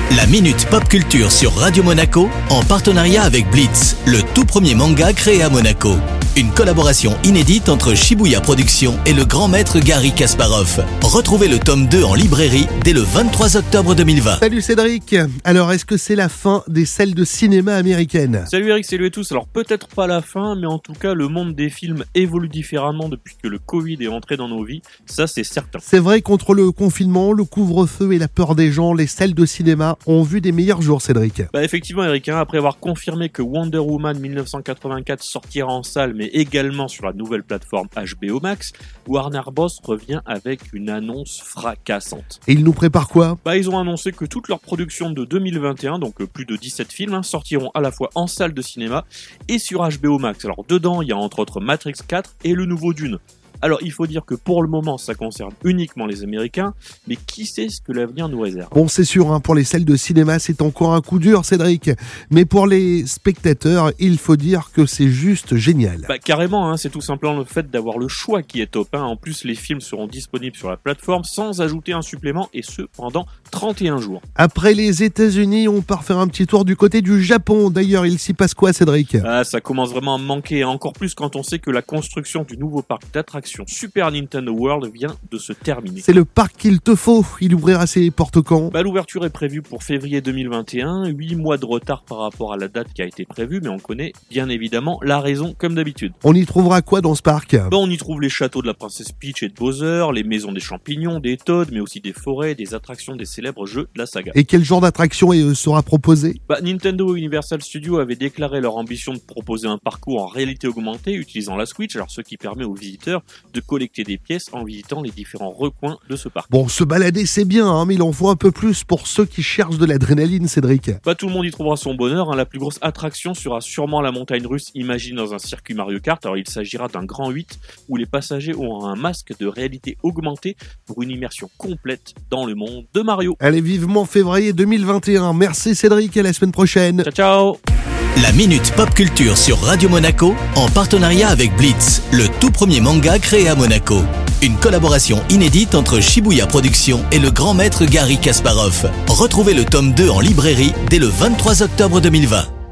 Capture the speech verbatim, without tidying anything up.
La Minute Pop Culture sur Radio Monaco en partenariat avec Blitz, le tout premier manga créé à Monaco. Une collaboration inédite entre Shibuya Productions et le grand maître Garry Kasparov. Retrouvez le tome deux en librairie dès le vingt-trois octobre deux mille vingt. Salut Cédric. Alors, est-ce que c'est la fin des salles de cinéma américaines ? Salut Eric, salut à tous. Alors peut-être pas la fin, mais en tout cas le monde des films évolue différemment depuis que le Covid est entré dans nos vies, ça c'est certain. C'est vrai, contre le confinement, le couvre-feu et la peur des gens, les salles de cinéma ont vu des meilleurs jours, Cédric. Bah effectivement Eric, hein, après avoir confirmé que Wonder Woman dix-neuf cent quatre-vingt-quatre sortira en salle, mais également sur la nouvelle plateforme H B O Max, Warner Bros revient avec une annonce fracassante. Et ils nous préparent quoi ? Bah ils ont annoncé que toutes leurs productions de deux mille vingt et un, donc plus de dix-sept films, hein, sortiront à la fois en salle de cinéma et sur H B O Max. Alors dedans, il y a entre autres Matrix quatre et le nouveau Dune. Alors il faut dire que pour le moment ça concerne uniquement les Américains, mais qui sait ce que l'avenir nous réserve. Bon, c'est sûr, hein, pour les salles de cinéma c'est encore un coup dur, Cédric, mais pour les spectateurs il faut dire que c'est juste génial. Bah carrément, hein, c'est tout simplement le fait d'avoir le choix qui est top. Hein. En plus les films seront disponibles sur la plateforme sans ajouter un supplément, et ce pendant trente et un jours. Après les États-Unis, on part faire un petit tour du côté du Japon. D'ailleurs, il s'y passe quoi, Cédric ? Ah, ça commence vraiment à me manquer, encore plus quand on sait que la construction du nouveau parc d'attractions Super Nintendo World vient de se terminer. C'est le parc qu'il te faut. Il ouvrira ses portes quand ? Bah, l'ouverture est prévue pour février deux mille vingt et un, huit mois de retard par rapport à la date qui a été prévue, mais on connaît bien évidemment la raison comme d'habitude. On y trouvera quoi dans ce parc ? Bah, on y trouve les châteaux de la princesse Peach et de Bowser, les maisons des champignons, des Toads, mais aussi des forêts, des attractions des célèbres jeux de la saga. Et quel genre d'attraction euh, sera proposé ? Bah, Nintendo et Universal Studios avaient déclaré leur ambition de proposer un parcours en réalité augmentée utilisant la Switch, alors ce qui permet aux visiteurs de collecter des pièces en visitant les différents recoins de ce parc. Bon, se balader c'est bien, hein, mais il en faut un peu plus pour ceux qui cherchent de l'adrénaline, Cédric. Bah, tout le monde y trouvera son bonheur, hein. La plus grosse attraction sera sûrement la montagne russe imaginée dans un circuit Mario Kart. Alors il s'agira d'un grand huit où les passagers auront un masque de réalité augmentée pour une immersion complète dans le monde de Mario. Allez, vivement février deux mille vingt et un. Merci Cédric, à la semaine prochaine. Ciao ciao. La Minute Pop Culture sur Radio Monaco en partenariat avec Blitz, le tout premier manga créé à Monaco. Une collaboration inédite entre Shibuya Productions et le grand maître Garry Kasparov. Retrouvez le tome deux en librairie dès le vingt-trois octobre deux mille vingt.